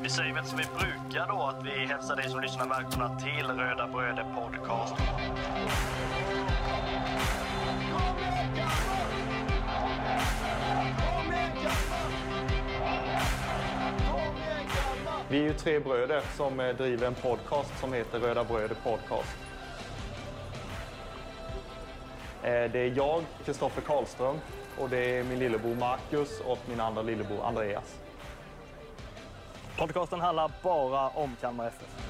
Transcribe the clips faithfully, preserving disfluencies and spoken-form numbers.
Vi säger väl som vi brukar då, att vi hälsar dig som lyssnar välkomna till Röda Bröder Podcast. Vi är ju tre bröder som driver en podcast som heter Röda Bröder Podcast. Det är jag, Kristoffer Karlström, och det är min lillebror Marcus och min andra lillebror Andreas. Podcasten handlar bara om Kalmar F F.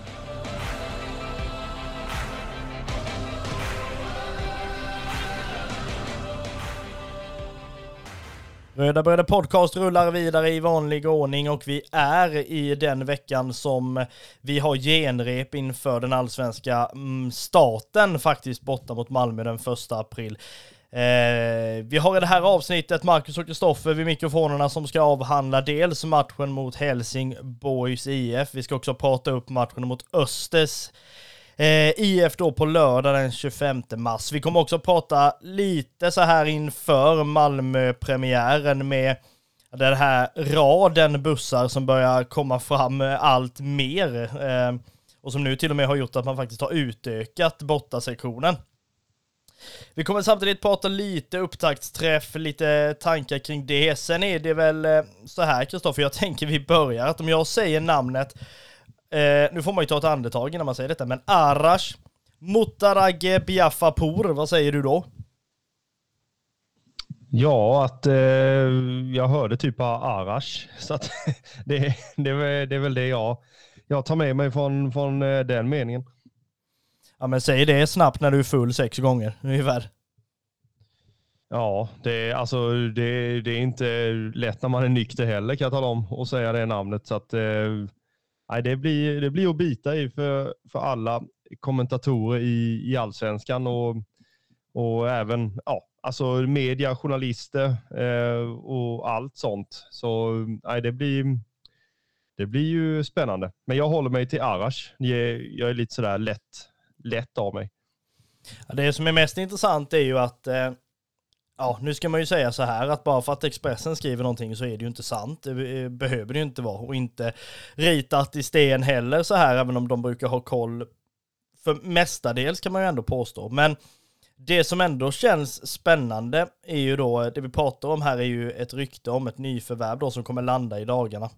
Röda Bröder Podcast rullar vidare i vanlig ordning och vi är i den veckan som vi har genrep inför den allsvenska starten, faktiskt borta mot Malmö den första april. Eh, vi har i det här avsnittet Marcus och Kristoffer vid mikrofonerna som ska avhandla dels matchen mot Helsingborgs I F. Vi ska också prata upp matchen mot Östers eh, I F då på lördag den tjugofemte mars. Vi kommer också prata lite så här inför Malmö-premiären med den här raden bussar som börjar komma fram allt mer eh, och som nu till och med har gjort att man faktiskt har utökat bortasektionen. Vi kommer samtidigt prata lite upptaktsträff, lite tankar kring det. Sen är det väl så här, Kristoffer, jag tänker vi börjar att om jag säger namnet, eh, nu får man ju ta ett andetag innan man säger detta, men Arash Mutarage Biafapur, vad säger du då? Ja, att eh, jag hörde typ av Arash, så att det, det, är, det är väl det jag, jag tar med mig från, från den meningen. Ja, men säg det snabbt när du är full sex gånger ungefär. Ja, det är, alltså, det, det är inte lätt när man är nykter heller, kan jag tala om, och säga det namnet. Så att, eh, nej, det, blir, det blir att bita i för, för alla kommentatorer i, i Allsvenskan och, och även ja, alltså media, journalister eh, och allt sånt. Så nej, det blir... Det blir ju spännande. Men jag håller mig till Arash. Jag är lite sådär lätt, lätt av mig. Ja, det som är mest intressant är ju att eh, ja, nu ska man ju säga så här att bara för att Expressen skriver någonting så är det ju inte sant. Det behöver det ju inte vara. Och inte ritat i sten heller så här, även om de brukar ha koll. För mestadels kan man ju ändå påstå. Men det som ändå känns spännande är ju då, det vi pratar om här är ju ett rykte om ett nyförvärv då som kommer landa i dagarna.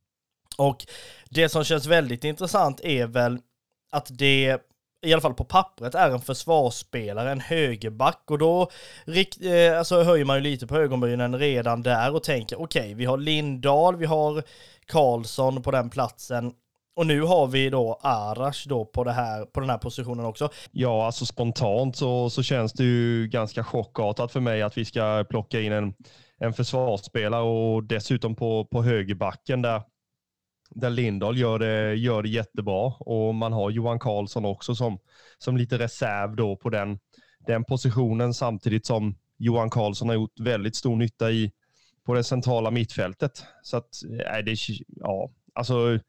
Och det som känns väldigt intressant är väl att det, i alla fall på pappret, är en försvarsspelare, en högerback. Och då eh, alltså höjer man ju lite på ögonbrynen redan där och tänker okej, okay, vi har Lindahl, vi har Karlsson på den platsen. Och nu har vi då Arash då på, det här, på den här positionen också. Ja, alltså spontant så, så känns det ju ganska chockartat för mig att vi ska plocka in en, en försvarsspelare och dessutom på, på högerbacken där. Där Lindahl gör det, gör det jättebra och man har Johan Karlsson också som, som lite reserv då på den, den positionen, samtidigt som Johan Karlsson har gjort väldigt stor nytta i, på det centrala mittfältet. Så att, nej, det, ja, alltså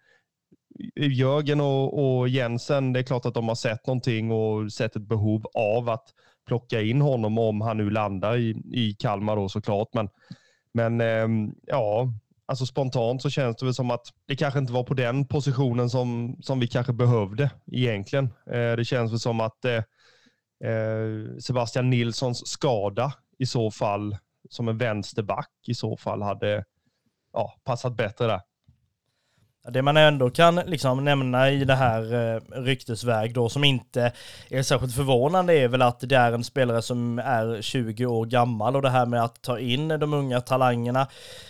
Jörgen och, och Jensen, det är klart att de har sett någonting och sett ett behov av att plocka in honom om han nu landar i, i Kalmar då såklart. Men, men ähm, ja... Alltså spontant så känns det väl som att det kanske inte var på den positionen som, som vi kanske behövde egentligen. Eh, det känns väl som att eh, Sebastian Nilssons skada i så fall som en vänsterback i så fall hade ja, passat bättre där. Det man ändå kan liksom nämna i det här eh, ryktesväg då som inte är särskilt förvånande är väl att det är en spelare som är tjugo år gammal och det här med att ta in de unga talangerna.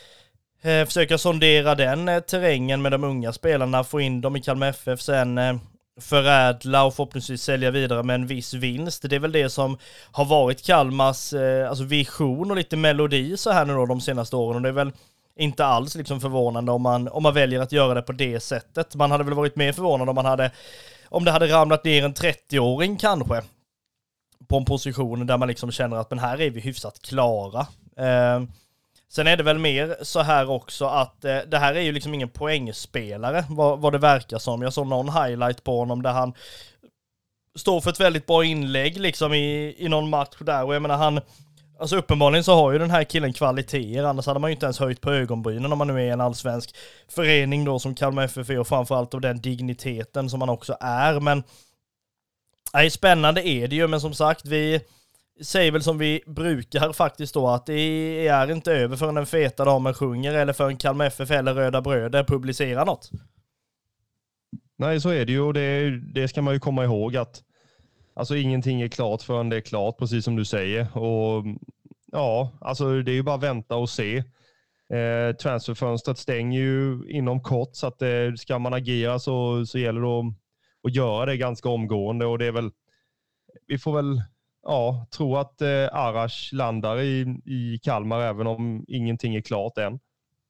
Eh, försöka sondera den eh, terrängen med de unga spelarna, få in dem i Kalmar F F, sen eh, förädla och förhoppningsvis sälja vidare med en viss vinst. Det är väl det som har varit Kalmars eh, alltså vision och lite melodi så här nu då de senaste åren, och det är väl inte alls liksom förvånande om man, om man väljer att göra det på det sättet. Man hade väl varit mer förvånad om man hade om det hade ramlat ner en trettio-åring kanske på en position där man liksom känner att men här är vi hyfsat klara. Eh, Sen är det väl mer så här också att eh, det här är ju liksom ingen poängspelare, vad, vad det verkar som. Jag såg någon highlight på honom där han står för ett väldigt bra inlägg liksom i, i någon match där. Och jag menar, han Alltså uppenbarligen så har ju den här killen kvaliteter, annars hade man ju inte ens höjt på ögonbrynen om man nu är en allsvensk förening då som Kalmar F F är och framförallt av den digniteten som man också är. Men nej, spännande är det ju, men som sagt, vi säger väl som vi brukar faktiskt då att det är inte över förrän den feta damen sjunger eller förrän Kalmar F F eller Röda Bröder publicerar något. Nej, så är det ju, och det, det ska man ju komma ihåg att alltså ingenting är klart förrän det är klart, precis som du säger. Och ja, alltså det är ju bara vänta och se. Eh, transferfönstret stänger ju inom kort, så att eh, ska man agera så, så gäller det att, att göra det ganska omgående, och det är väl, vi får väl ja, tro att eh, Arash landar i, i Kalmar även om ingenting är klart än.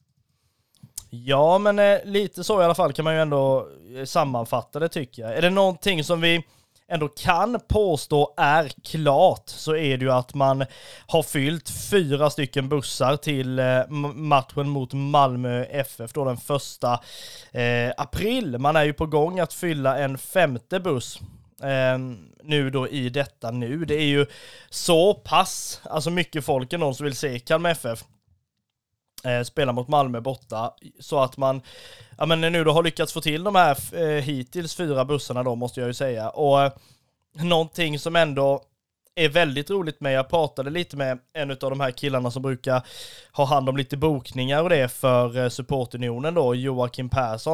Ja, men eh, lite så i alla fall kan man ju ändå sammanfatta det, tycker jag. Är det någonting som vi ändå kan påstå är klart, så är det ju att man har fyllt fyra stycken bussar till eh, matchen mot Malmö F F då den första eh, april. Man är ju på gång att fylla en femte buss eh, nu då i detta nu. Det är ju så pass, alltså mycket folk är någon som vill se Kalmar F F eh, spela mot Malmö borta, så att man ja, men nu då har lyckats få till de här eh, hittills fyra bussarna då, måste jag ju säga. Och eh, någonting som ändå är väldigt roligt med, jag pratade lite med en av de här killarna som brukar ha hand om lite bokningar och det för eh, supportunionen då, Joakim Persson.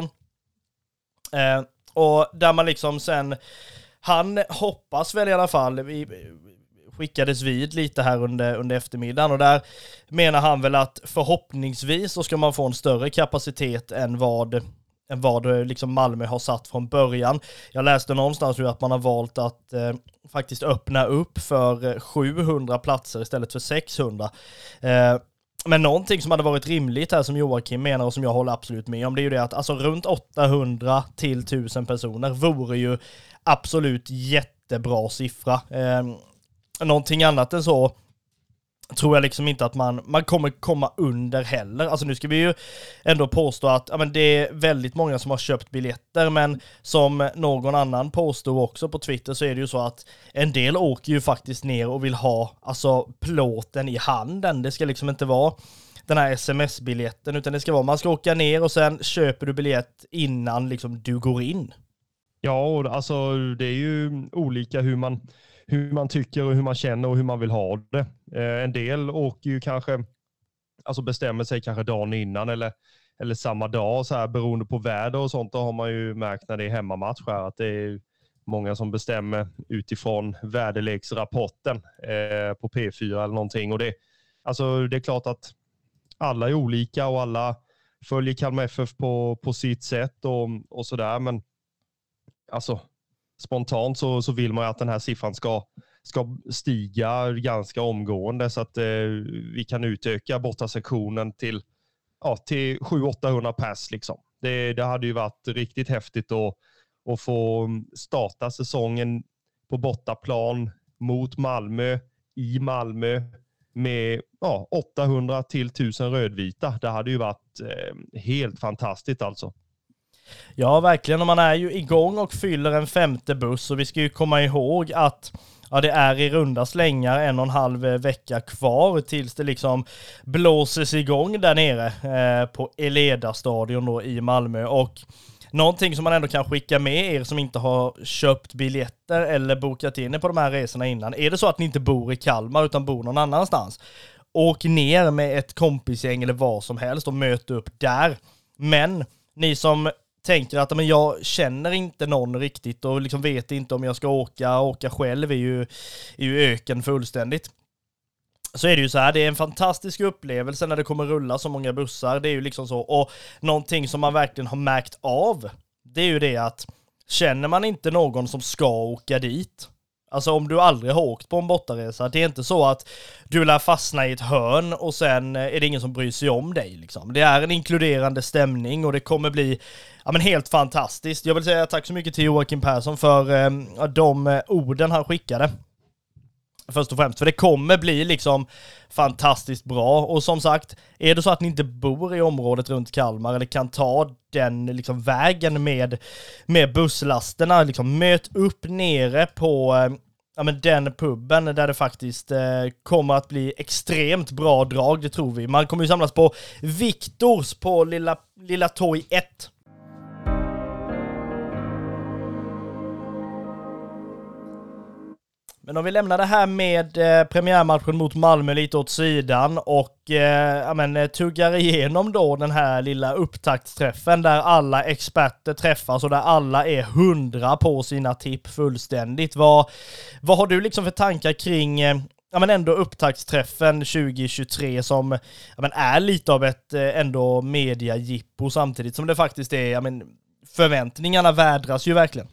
Eh, och där man liksom sen, han hoppas väl i alla fall, vi skickades vid lite här under, under eftermiddagen, och där menar han väl att förhoppningsvis så ska man få en större kapacitet än vad, än vad liksom Malmö har satt från början. Jag läste någonstans att man har valt att eh, faktiskt öppna upp för sjuhundra platser istället för sexhundra. Eh, men någonting som hade varit rimligt här, som Joakim menar och som jag håller absolut med om, det är ju det att alltså runt åttahundra till tusen personer vore ju absolut jättebra siffra. Eh, Någonting annat än så tror jag liksom inte att man, man kommer komma under heller. Alltså nu ska vi ju ändå påstå att ja, men det är väldigt många som har köpt biljetter, men som någon annan påstod också på Twitter så är det ju så att en del åker ju faktiskt ner och vill ha alltså plåten i handen. Det ska liksom inte vara den här sms-biljetten, utan det ska vara, man ska åka ner och sen köper du biljett innan liksom du går in. Ja, och alltså det är ju olika hur man hur man tycker och hur man känner och hur man vill ha det. Eh, en del åker ju kanske, alltså bestämmer sig kanske dagen innan eller, eller samma dag, så här, beroende på väder och sånt. Då har man ju märkt när det är hemmamatch här att det är många som bestämmer utifrån väderleksrapporten eh, på P fyra eller någonting. Och det, alltså, det är klart att alla är olika och alla följer Kalmar F F på, på sitt sätt och, och sådär, men alltså spontant så, så vill man ju att den här siffran ska, ska stiga ganska omgående, så att eh, vi kan utöka bortasektionen till, ja, till sju åttahundra pass liksom. Det, det hade ju varit riktigt häftigt att, att få starta säsongen på bortaplan mot Malmö, i Malmö, med ja, åttahundra till tusen rödvita. Det hade ju varit eh, helt fantastiskt alltså. Ja, verkligen. Och man är ju igång och fyller en femte buss, och vi ska ju komma ihåg att ja, det är i runda slängar en och en halv vecka kvar tills det liksom blåses igång där nere eh, på Eleda-stadion då i Malmö. Och någonting som man ändå kan skicka med er som inte har köpt biljetter eller bokat in på de här resorna innan. Är det så att ni inte bor i Kalmar utan bor någon annanstans, åk ner med ett kompisgäng eller vad som helst och möt upp där. Men ni som tänker att men jag känner inte någon riktigt och liksom vet inte om jag ska åka, åka själv är ju, är ju öken fullständigt. Så är det ju så här, det är en fantastisk upplevelse när det kommer rulla så många bussar, det är ju liksom så. Och någonting som man verkligen har märkt av, det är ju det att känner man inte någon som ska åka dit, alltså om du aldrig har åkt på en bortaresa, det är inte så att du lär fastna i ett hörn och sen är det ingen som bryr sig om dig liksom. Det är en inkluderande stämning och det kommer bli ja, men helt fantastiskt. Jag vill säga tack så mycket till Joakim Persson för eh, de orden han skickade. Först och främst, för det kommer bli liksom fantastiskt bra. Och som sagt, är det så att ni inte bor i området runt Kalmar eller kan ta den liksom vägen med, med busslasterna, liksom möt upp nere på ja, men den puben där det faktiskt eh, kommer att bli extremt bra drag, det tror vi. Man kommer ju samlas på Viktors på Lilla, Lilla Torg ett. Men om vi lämnar det här med eh, premiärmatchen mot Malmö lite åt sidan och eh, ja, men, tuggar igenom då den här lilla upptaktsträffen där alla experter träffas och där alla är hundra på sina tipp fullständigt. Vad, vad har du liksom för tankar kring eh, ja, men ändå upptaktsträffen tjugo tjugotre som ja, men är lite av ett eh, ändå mediajippo samtidigt som det faktiskt är, ja, men, förväntningarna vädras ju verkligen.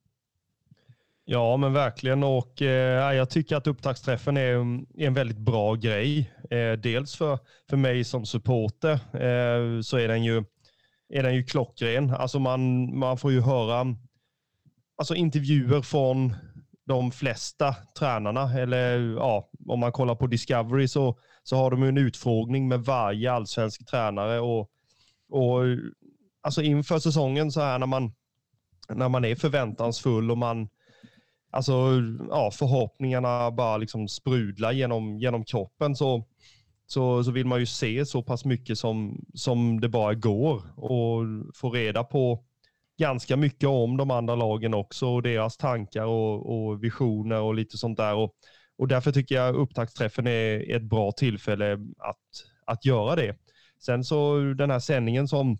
Ja, men verkligen. Och eh, jag tycker att upptaktsträffen är, är en väldigt bra grej. Eh, dels för, för mig som supporter eh, så är den ju, är den ju klockren. Alltså man, man får ju höra alltså intervjuer från de flesta tränarna. Eller ja, om man kollar på Discovery så, så har de ju en utfrågning med varje allsvensk tränare. Och, och alltså inför säsongen så här när man, när man är förväntansfull och man Alltså, ja, förhoppningarna bara liksom sprudlar genom, genom kroppen så, så, så vill man ju se så pass mycket som, som det bara går och få reda på ganska mycket om de andra lagen också och deras tankar och, och visioner och lite sånt där. Och, och därför tycker jag upptaktsträffen är ett bra tillfälle att, att göra det. Sen så den här sändningen som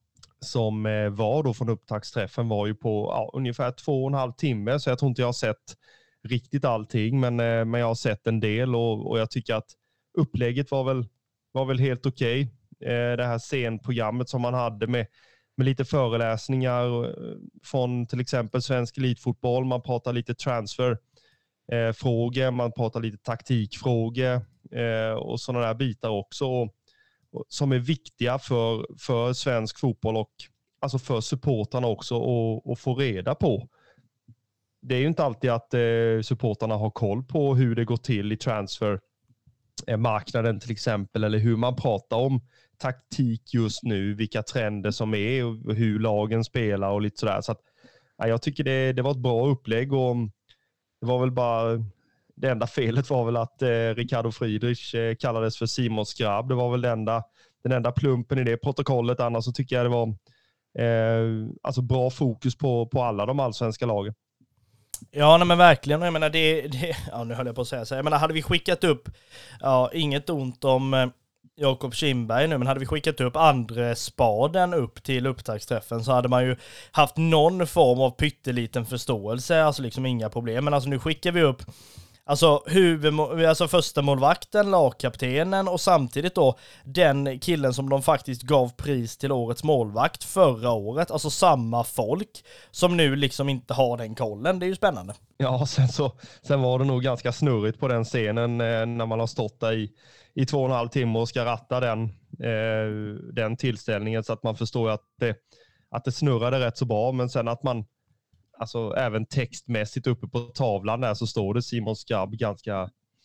som var då från upptaktsträffen var ju på ja, ungefär två och en halv timme så jag tror inte jag har sett riktigt allting men, men jag har sett en del och, och jag tycker att upplägget var väl, var väl helt okej. Eh, det här scenprogrammet som man hade med, med lite föreläsningar från till exempel svensk elitfotboll, man pratar lite transferfrågor, eh, man pratar lite taktikfrågor eh, och sådana där bitar också och, som är viktiga för, för svensk fotboll och alltså för supportarna också och, och få reda på. Det är ju inte alltid att eh, supportarna har koll på hur det går till i transfermarknaden till exempel eller hur man pratar om taktik just nu, vilka trender som är och hur lagen spelar och lite sådär. Så att, ja, jag tycker det, det var ett bra upplägg och det var väl bara det enda felet var väl att eh, Ricardo Friedrich eh, kallades för Simon Skrabb. Det var väl den enda, den enda plumpen i det protokollet. Annars så tycker jag det var eh, alltså bra fokus på, på alla de allsvenska lagen. Ja, nej, men verkligen. Jag menar, det, det, ja, nu höll jag på att säga så. Jag menar, hade vi skickat upp, ja, inget ont om eh, Jakob Kindberg nu, men hade vi skickat upp andra spaden upp till upptaktsträffen så hade man ju haft någon form av pytteliten förståelse. Alltså liksom inga problem. Men alltså nu skickar vi upp Alltså, huvudmål, alltså första målvakten, lagkaptenen och samtidigt då den killen som de faktiskt gav pris till årets målvakt förra året. Alltså samma folk som nu liksom inte har den kollen. Det är ju spännande. Ja, sen, så, sen var det nog ganska snurrigt på den scenen eh, när man har stått där i, i två och en halv timme och ska ratta den, eh, den tillställningen så att man förstår att det, att det snurrade rätt så bra. Men sen att man alltså även textmässigt uppe på tavlan där så står det Simon Skrabb ganska,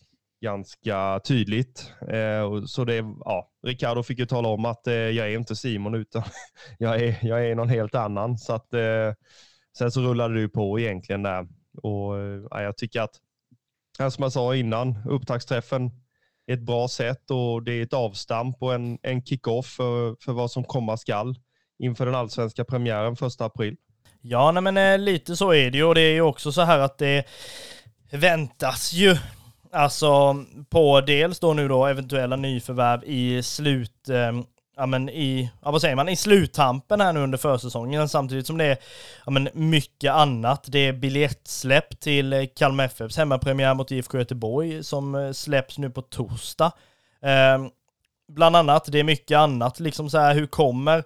ganska tydligt. Eh, så det, ja, Ricardo fick ju tala om att eh, jag är inte Simon utan jag är, jag är någon helt annan. Så att, eh, sen så rullade det ju på egentligen där. Och ja, jag tycker att, som jag sa innan, upptaktsträffen är ett bra sätt och det är ett avstamp och en, en kick-off för, för vad som komma skall inför den allsvenska premiären första april. Ja, nej, men eh, lite så är det ju och det är ju också så här att det väntas ju alltså på dels då nu då eventuella nyförvärv i slut eh, ja men i ja, vad säger man i sluttampen här nu under försäsongen samtidigt som det är ja men mycket annat. Det är biljettsläpp till Kalmar F F:s hemmapremiär mot I F K Göteborg som släpps nu på torsdag. Eh, bland annat, det är mycket annat liksom så här, hur kommer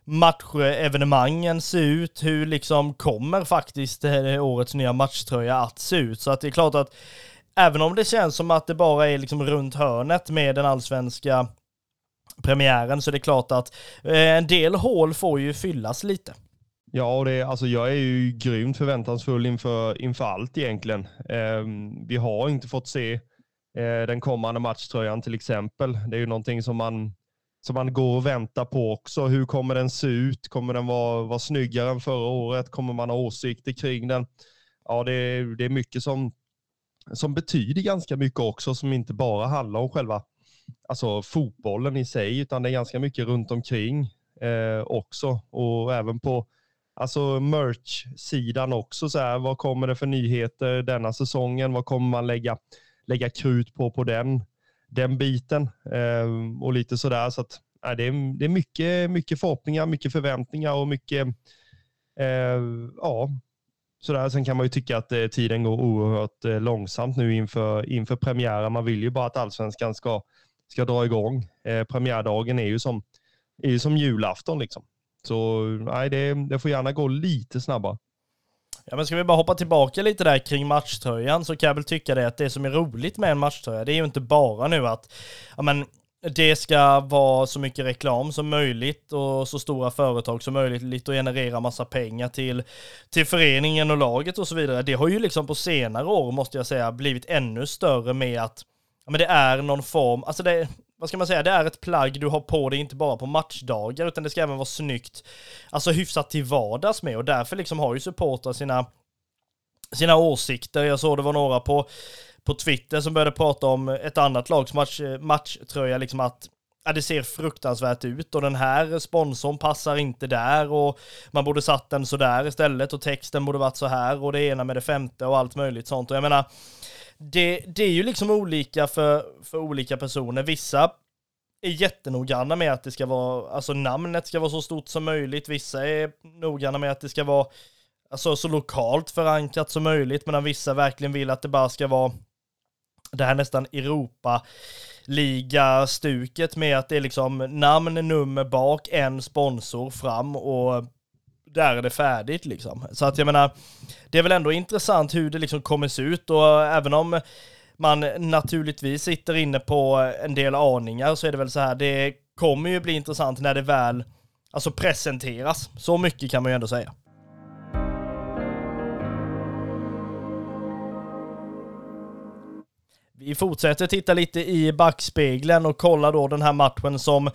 matchevenemangen se ut, hur liksom kommer faktiskt årets nya matchtröja att se ut. Så att det är klart att även om det känns som att det bara är liksom runt hörnet med den allsvenska premiären så är det klart att en del hål får ju fyllas lite. Ja, och det, alltså jag är ju grymt förväntansfull inför, inför allt egentligen. Eh, vi har inte fått se eh, den kommande matchtröjan till exempel. Det är ju någonting som man som man går och väntar på också. Hur kommer den se ut? Kommer den vara, vara snyggare än förra året? Kommer man ha åsikter kring den? Ja, det är, det är mycket som, som betyder ganska mycket också, som inte bara handlar om själva alltså fotbollen i sig, utan det är ganska mycket runt omkring eh, också, och även på alltså merch-sidan också. Så här, vad kommer det för nyheter denna säsongen? Vad kommer man lägga, lägga krut på på den, den biten? Eh, och lite sådär. Så att, eh, det är, det är mycket, mycket förhoppningar, mycket förväntningar och mycket eh, ja, sådär. Sen kan man ju tycka att eh, tiden går oerhört eh, långsamt nu inför, inför premiären. Man vill ju bara att Allsvenskan ska, ska dra igång. Eh, premiärdagen är ju som, är ju som julafton liksom. Så nej, det, det får gärna gå lite snabbare. Ja, men ska vi bara hoppa tillbaka lite där kring matchtröjan, så kan jag väl tycka det att det som är roligt med en matchtröja, det är ju inte bara nu att ja, men det ska vara så mycket reklam som möjligt och så stora företag som möjligt och generera massa pengar till, till föreningen och laget och så vidare. Det har ju liksom på senare år, måste jag säga, blivit ännu större med att ja, men det är någon form, alltså det, vad ska man säga, det är ett plagg du har på dig inte bara på matchdagar, utan det ska även vara snyggt, alltså hyfsat till vardags med, och därför liksom har ju supportrar sina sina åsikter. Jag såg det var några på på Twitter som började prata om ett annat lags match, matchtröja, liksom att ja, det ser fruktansvärt ut och den här sponsorn passar inte där och man borde satt den så där istället och texten borde varit så här och det ena med det femte och allt möjligt sånt. Och jag menar, det, det är ju liksom olika för, för olika personer. Vissa är jättenoggranna med att det ska vara, alltså namnet ska vara så stort som möjligt. Vissa är noggranna med att det ska vara alltså, så lokalt förankrat som möjligt, medan vissa verkligen vill att det bara ska vara det här nästan Europa-liga-stuket med att det är liksom namn, nummer bak, en sponsor fram och där är det färdigt liksom. Så att jag menar, det är väl ändå intressant hur det liksom kommer se ut, och även om man naturligtvis sitter inne på en del aningar så är det väl så här, det kommer ju bli intressant när det väl alltså presenteras. Så mycket kan man ju ändå säga. Vi fortsätter titta lite i backspegeln och kolla då den här matchen som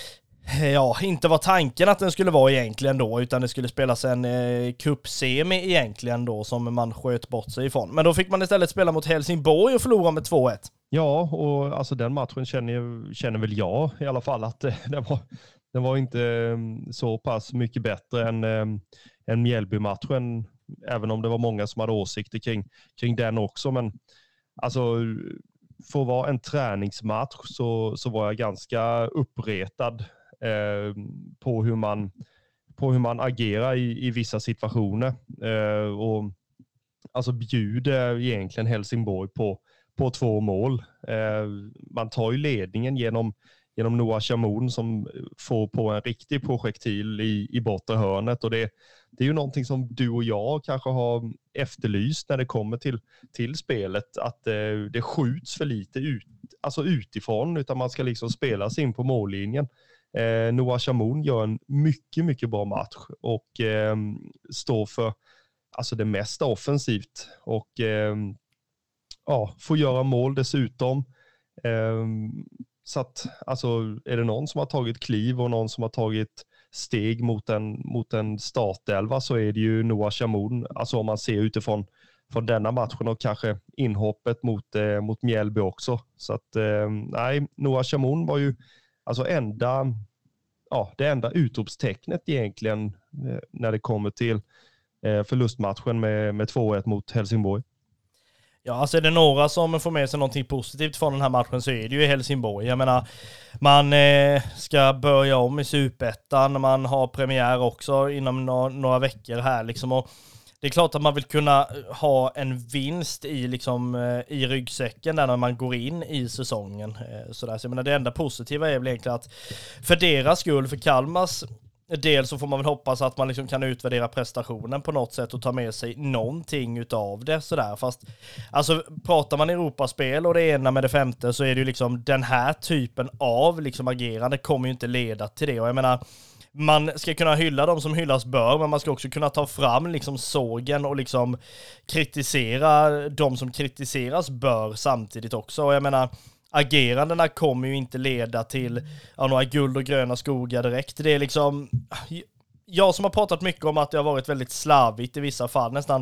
ja, inte var tanken att den skulle vara egentligen då, utan det skulle spelas en eh, cupsemi egentligen då som man sköt bort sig ifrån. Men då fick man istället spela mot Helsingborg och förlora med två ett. Ja, och alltså den matchen känner, känner väl jag i alla fall att eh, den, var, den var inte eh, så pass mycket bättre än, eh, än Mjällby-matchen, även om det var många som hade åsikter kring, kring den också. Men alltså, för att vara en träningsmatch så, så var jag ganska uppretad eh, på, hur man, på hur man agerar i, i vissa situationer. Eh, och alltså bjuder egentligen Helsingborg på, på två mål. Eh, man tar ju ledningen genom, genom Noah Chamoun som får på en riktig projektil i, i bortre hörnet. Och det, det är ju någonting som du och jag kanske har efterlyst när det kommer till, till spelet. Att eh, det skjuts för lite ut, alltså utifrån, utan man ska liksom spela sig in på mållinjen. Eh, Noah Chamoun gör en mycket, mycket bra match och eh, står för alltså det mesta offensivt. Och eh, ja, får göra mål dessutom. Eh, så att, alltså, är det någon som har tagit kliv och någon som har tagit steg mot en, mot en startelva så är det ju Noah Chamoun. Alltså om man ser utifrån från denna matchen och kanske inhoppet mot, eh, mot Mjällby också. Så att eh, nej, Noah Chamoun var ju alltså enda, ja, det enda utropstecknet egentligen eh, när det kommer till eh, förlustmatchen med, med två ett mot Helsingborg. Ja, alltså är det några som får med sig någonting positivt från den här matchen så är det ju Helsingborg. Jag menar, man eh, ska börja om i Superettan, man har premiär också inom no- några veckor här liksom, och det är klart att man vill kunna ha en vinst i, liksom, eh, i ryggsäcken där när man går in i säsongen. Eh, sådär. Så jag menar, det enda positiva är väl egentligen att för deras skull, för Kalmars del, så får man väl hoppas att man liksom kan utvärdera prestationen på något sätt och ta med sig någonting utav det sådär. Fast alltså pratar man Europaspel och det ena med det femte så är det ju liksom den här typen av liksom agerande kommer ju inte leda till det. Och jag menar, man ska kunna hylla dem som hyllas bör, men man ska också kunna ta fram liksom sågen och liksom kritisera de som kritiseras bör samtidigt också. Och jag menar, agerandena kommer ju inte leda till ja, några guld och gröna skogar direkt. Det är liksom, jag som har pratat mycket om att det har varit väldigt slarvigt i vissa fall, nästan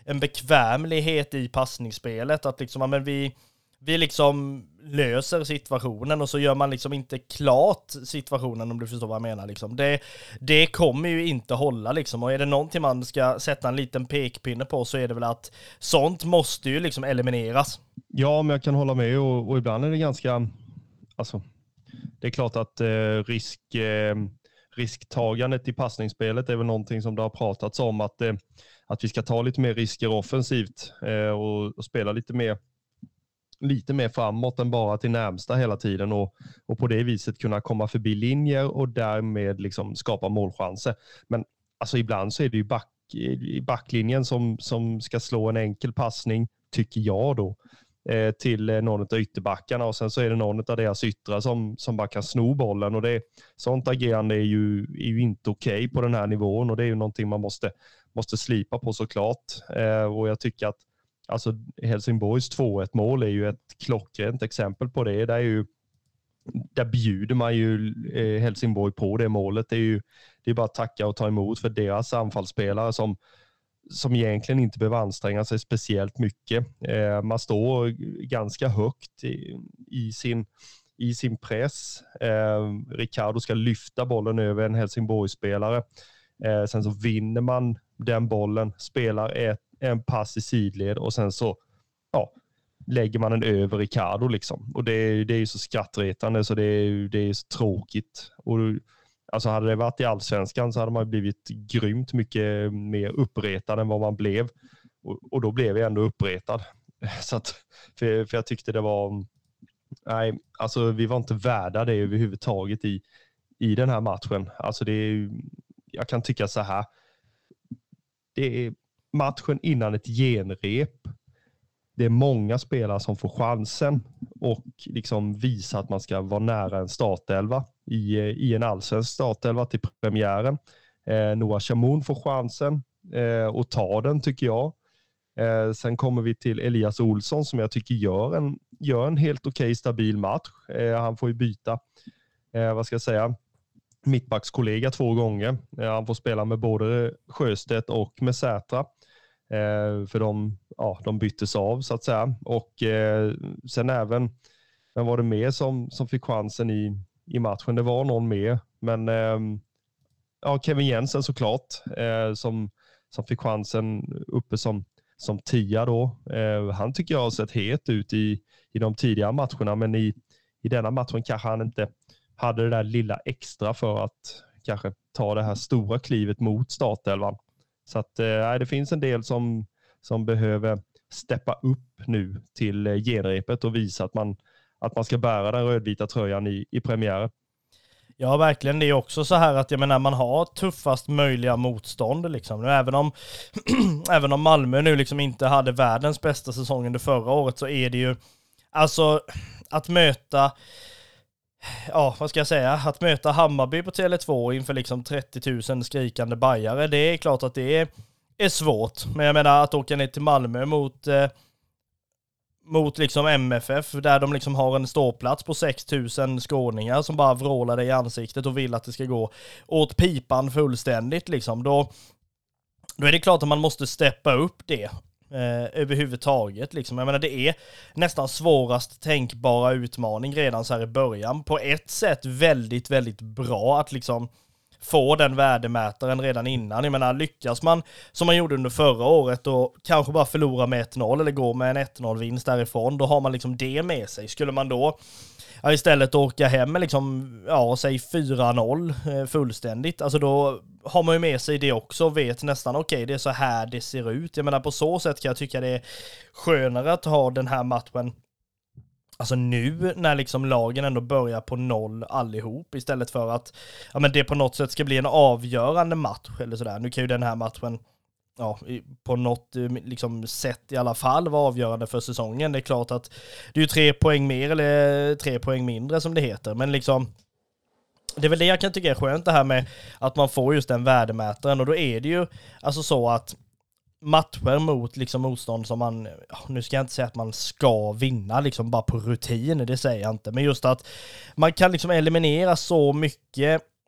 en bekvämlighet i passningsspelet. Att liksom, ja, men vi, vi liksom löser situationen och så gör man liksom inte klart situationen, om du förstår vad jag menar. Liksom. Det, det kommer ju inte hålla liksom. Och är det någonting man ska sätta en liten pekpinne på så är det väl att sånt måste ju liksom elimineras. Ja, men jag kan hålla med och, och ibland är det ganska, alltså det är klart att eh, risk, eh, risktagandet i passningsspelet är väl någonting som det har pratats om, att, eh, att vi ska ta lite mer risker offensivt eh, och, och spela lite mer lite mer framåt än bara till närmsta hela tiden och, och på det viset kunna komma förbi linjer och därmed liksom skapa målchanser. Men alltså ibland så är det ju back, i backlinjen som, som ska slå en enkel passning, tycker jag då, eh, till någon av ytterbackarna och sen så är det någon av deras yttrar som, som bara kan sno bollen och det, sånt agerande är ju, är ju inte okej okay på den här nivån och det är ju någonting man måste, måste slipa på såklart. Eh, och jag tycker att alltså Helsingborgs två ett mål är ju ett klockrent exempel på det. Där, är ju, där bjuder man ju eh, Helsingborg på det målet. Det är ju det är bara att tacka och ta emot för deras anfallsspelare som, som egentligen inte behöver anstränga sig speciellt mycket. Eh, man står ganska högt i, i, sin, i sin press. Eh, Ricardo ska lyfta bollen över en Helsingborgsspelare. Eh, sen så vinner man den bollen, spelar ett en pass i sidled och sen så ja, lägger man den över Ricardo liksom. Och det är, det är ju så skrattretande så det är, det är så tråkigt. Och alltså hade det varit i Allsvenskan så hade man blivit grymt mycket mer uppretad än vad man blev. Och, och då blev jag ändå uppretad. Så att, för, för jag tyckte det var nej, alltså vi var inte värda det överhuvudtaget i, i den här matchen. Alltså det är, jag kan tycka så här. Det är matchen innan ett genrep. Det är många spelare som får chansen och liksom visa att man ska vara nära en startelva i, i en allsvensk startelva till premiären. Eh, Noah Chamoun får chansen eh, och tar den tycker jag. Eh, sen kommer vi till Elias Olsson som jag tycker gör en, gör en helt okej stabil match. Eh, han får ju byta, eh, vad ska jag säga, mittbackskollega två gånger. Eh, han får spela med både Sjöstedt och med Sätra. Eh, för de, ja, de byttes av så att säga. Och eh, sen även, men var det mer som, som fick chansen i, i matchen? Det var någon mer. Men eh, ja, Kevin Jensen såklart eh, som, som fick chansen uppe som, som tia då. Eh, han tycker jag har sett het ut i, i de tidigare matcherna. Men i, i denna matchen kanske han inte hade det där lilla extra för att kanske ta det här stora klivet mot startelvan. Så att eh, det finns en del som, som behöver steppa upp nu till eh, genrepet och visa att man, att man ska bära den rödvita tröjan i, i premiären. Ja, verkligen. Det är också så här att jag menar, man har tuffast möjliga motstånd. Liksom. Även, om, även om Malmö nu liksom inte hade världens bästa säsong under förra året så är det ju alltså att möta... Ja, vad ska jag säga? Att möta Hammarby på Tele två inför liksom trettio tusen skrikande bajare, det är klart att det är, är svårt. Men jag menar att åka ner till Malmö mot, eh, mot liksom M F F där de liksom har en ståplats på sex tusen skåningar som bara vrålar dig i ansiktet och vill att det ska gå åt pipan fullständigt. Liksom. Då, då är det klart att man måste steppa upp det. Eh, överhuvudtaget liksom. Jag menar det är nästan svårast tänkbara utmaning redan så här i början. På ett sätt väldigt, väldigt bra att liksom få den värdemätaren redan innan. Jag menar lyckas man som man gjorde under förra året och kanske bara förlora med ett noll eller gå med en ett noll vinst därifrån, då har man liksom det med sig. Skulle man då ja, istället åka hem med liksom, ja, säg fyra noll eh, fullständigt, alltså då har man ju med sig det också och vet nästan okej, okay, det är så här det ser ut. Jag menar på så sätt kan jag tycka det är skönare att ha den här matchen alltså nu när liksom lagen ändå börjar på noll allihop istället för att ja, men det på något sätt ska bli en avgörande match eller sådär. Nu kan ju den här matchen ja, på något liksom sätt i alla fall vara avgörande för säsongen. Det är klart att det är ju tre poäng mer eller tre poäng mindre som det heter, men liksom det är väl det jag kan tycka är skönt det här med att man får just den värdemätaren och då är det ju alltså så att matcher mot liksom motstånd som man, nu ska jag inte säga att man ska vinna liksom bara på rutin, det säger jag inte, men just att man kan liksom eliminera så mycket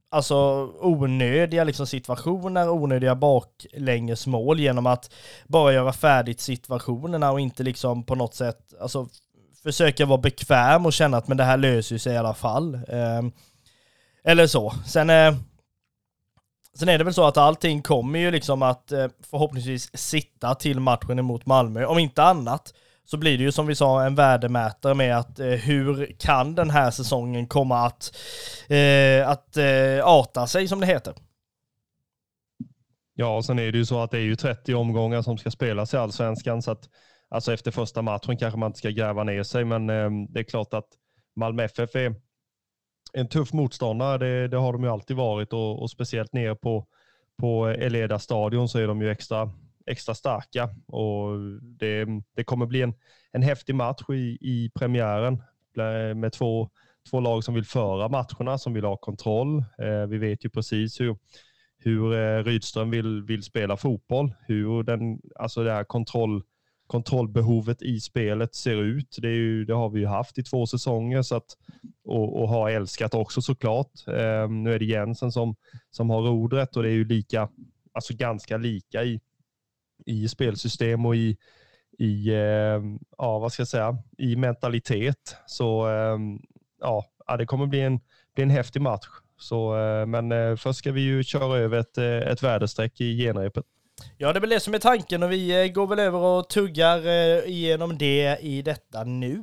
alltså onödiga liksom situationer, onödiga baklängesmål genom att bara göra färdigt situationerna och inte liksom på något sätt alltså försöka vara bekväm och känna att men det här löser sig i alla fall. Eh, eller så. Sen, eh, sen är det väl så att allting kommer ju liksom att eh, förhoppningsvis sitta till matchen emot Malmö. Om inte annat så blir det ju som vi sa en värdemätare med att eh, hur kan den här säsongen komma att, eh, att eh, arta sig som det heter. Ja, och sen är det ju så att det är ju trettio omgångar som ska spelas i Allsvenskan, så att alltså efter första matchen kanske man inte ska gräva ner sig, men eh, det är klart att Malmö F F är en tuff motståndare, det, det har de ju alltid varit, och, och speciellt nere på, på Eleda stadion så är de ju extra, extra starka, och det, det kommer bli en, en häftig match i, i premiären med två, två lag som vill föra matcherna, som vill ha kontroll. Eh, vi vet ju precis hur hur eh, Rydström vill, vill spela fotboll, hur den, alltså det här kontroll, kontrollbehovet i spelet ser ut. Det, är ju, det har vi ju haft i två säsonger, så att, och, och har älskat också såklart. Eh, nu är det Jensen som, som har rodret, och det är ju lika, alltså ganska lika i, i spelsystem och i, i eh, ja, vad ska jag säga, i mentalitet. Så eh, ja, det kommer bli en, bli en häftig match. Så, men först ska vi ju köra över ett, ett väderstreck i genrepet. Ja, det är väl det som är tanken, och vi går väl över och tuggar igenom det i detta nu.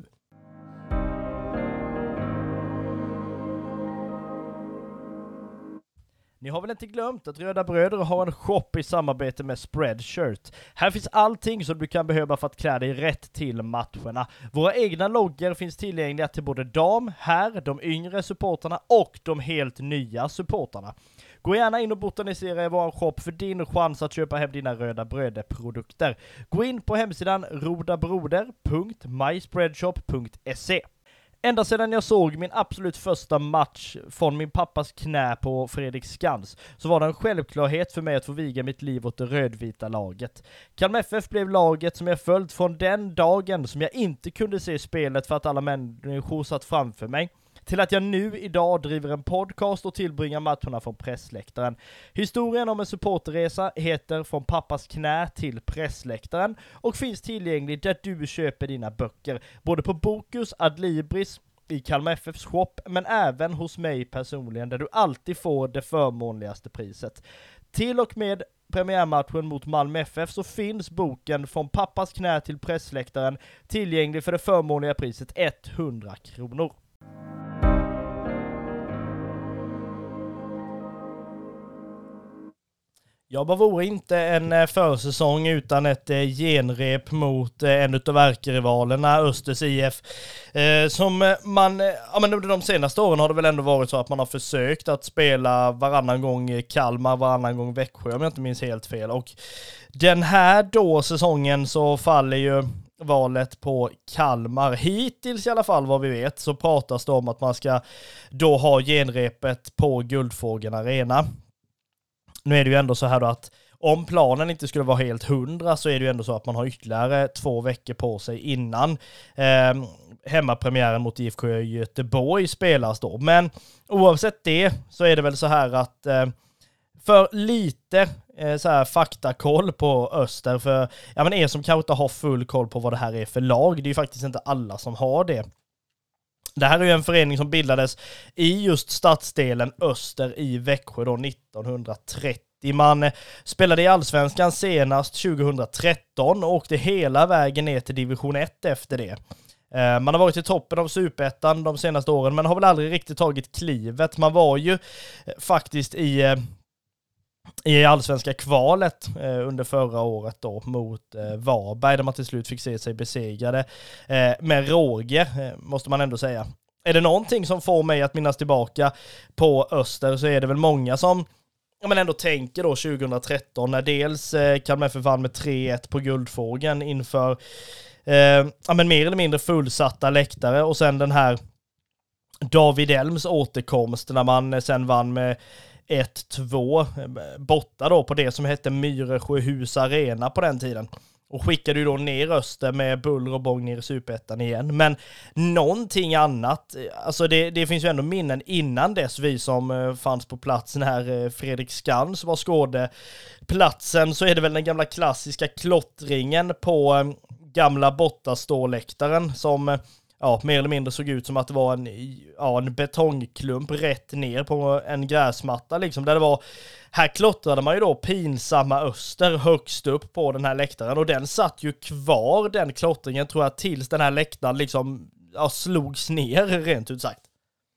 Ni har väl inte glömt att Röda Bröder har en shop i samarbete med Spreadshirt. Här finns allting som du kan behöva för att klä dig rätt till matcherna. Våra egna loggor finns tillgängliga till både dam, herr, de yngre supportarna och de helt nya supportarna. Gå gärna in och botanisera i vår shop för din chans att köpa hem dina Röda Bröder-produkter. Gå in på hemsidan rodabroder punkt my spreadshop punkt se. Ända sedan jag såg min absolut första match från min pappas knä på Fredrik Skans så var det en självklarhet för mig att få viga mitt liv åt det rödvita laget. Kalmar F F blev laget som jag följt från den dagen som jag inte kunde se spelet för att alla människor satt framför mig, till att jag nu idag driver en podcast och tillbringar matcherna från pressläktaren. Historien om en supporterresa heter Från pappas knä till pressläktaren och finns tillgänglig där du köper dina böcker, både på Bokus, Adlibris, i Kalmar F Fs shop, men även hos mig personligen där du alltid får det förmånligaste priset. Till och med premiärmatchen mot Malmö F F så finns boken Från pappas knä till pressläktaren tillgänglig för det förmånliga priset hundra kronor. Ja, vad vore inte en försäsong utan ett genrep mot en av ärkerivalerna, Östers I F. Eh, som man, ja men under de senaste åren har det väl ändå varit så att man har försökt att spela varannan gång Kalmar, varannan gång Växjö, om jag inte minns helt fel. Och den här då säsongen så faller ju valet på Kalmar. Hittills i alla fall vad vi vet så pratas det om att man ska då ha genrepet på Guldfågeln Arena. Nu är det ju ändå så här då att om planen inte skulle vara helt hundra så är det ju ändå så att man har ytterligare två veckor på sig innan eh, hemmapremiären mot I F K Göteborg spelas då. Men oavsett det så är det väl så här att eh, för lite eh, så här faktakoll på Öster, för ja, men er som kanske inte har full koll på vad det här är för lag, det är ju faktiskt inte alla som har det. Det här är ju en förening som bildades i just stadsdelen Öster i Växjö då nittonhundratrettio. Man spelade i Allsvenskan senast tjugohundratretton och åkte hela vägen ner till division ett efter det. Man har varit i toppen av Superettan de senaste åren men har väl aldrig riktigt tagit klivet. Man var ju faktiskt i i allsvenska kvalet eh, under förra året då mot eh, Varberg där man till slut fick se sig besegrade eh, med råge, eh, måste man ändå säga. Är det någonting som får mig att minnas tillbaka på Öster så är det väl många som ja, men ändå tänker då tjugohundratretton när dels eh, Kalmar F F vann med tre ett på Guldfågeln inför eh, ja, men mer eller mindre fullsatta läktare och sen den här David Elms återkomst när man sen vann med ett två borta då på det som hette Myresjöhus Arena på den tiden. och skickade ju då ner Öster med buller och bång ner i Superettan igen. Men någonting annat, alltså det, det finns ju ändå minnen innan dess, vi som uh, fanns på plats när uh, Fredrik Skans var skåde platsen, så är det väl den gamla klassiska klottringen på uh, gamla Bottaståläktaren som uh, ja, mer eller mindre såg ut som att det var en, ja, en betongklump rätt ner på en gräsmatta liksom, där det var, här klottrade man ju då pinsamma Öster högst upp på den här läktaren, och den satt ju kvar, den klottringen, tror jag, tills den här läktaren liksom, ja, slogs ner, rent ut sagt.